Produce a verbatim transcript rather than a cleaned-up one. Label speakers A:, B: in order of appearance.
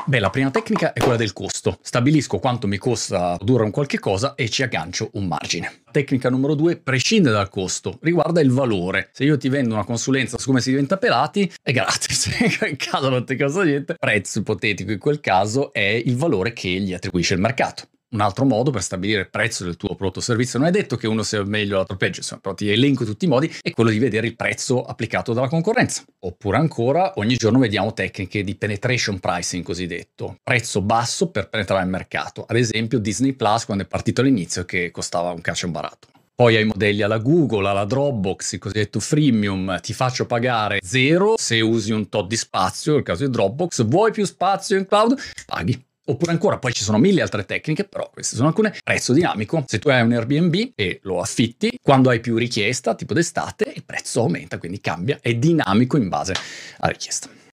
A: Beh, la prima tecnica è quella del costo. Stabilisco quanto mi costa produrre un qualche cosa e ci aggancio un margine. Tecnica numero due prescinde dal costo, riguarda il valore. Se io ti vendo una consulenza su come si diventa pelati, è gratis, in caso non ti costa niente. Prezzo ipotetico in quel caso è il valore che gli attribuisce il mercato. Un altro modo per stabilire il prezzo del tuo prodotto o servizio, non è detto che uno sia meglio o l'altro peggio, insomma, però ti elenco tutti i modi, è quello di vedere il prezzo applicato dalla concorrenza. Oppure ancora, ogni giorno vediamo tecniche di penetration pricing cosiddetto, prezzo basso per penetrare il mercato. Ad esempio Disney Plus, quando è partito all'inizio, che costava un calcio barato. Poi hai modelli alla Google, alla Dropbox, il cosiddetto freemium, ti faccio pagare zero se usi un tot di spazio, nel caso di Dropbox, vuoi più spazio in cloud? Paghi. Oppure ancora, poi ci sono mille altre tecniche, però queste sono alcune. Prezzo dinamico, se tu hai un Airbnb e lo affitti, quando hai più richiesta, tipo d'estate, il prezzo aumenta, quindi cambia, è dinamico in base alla richiesta.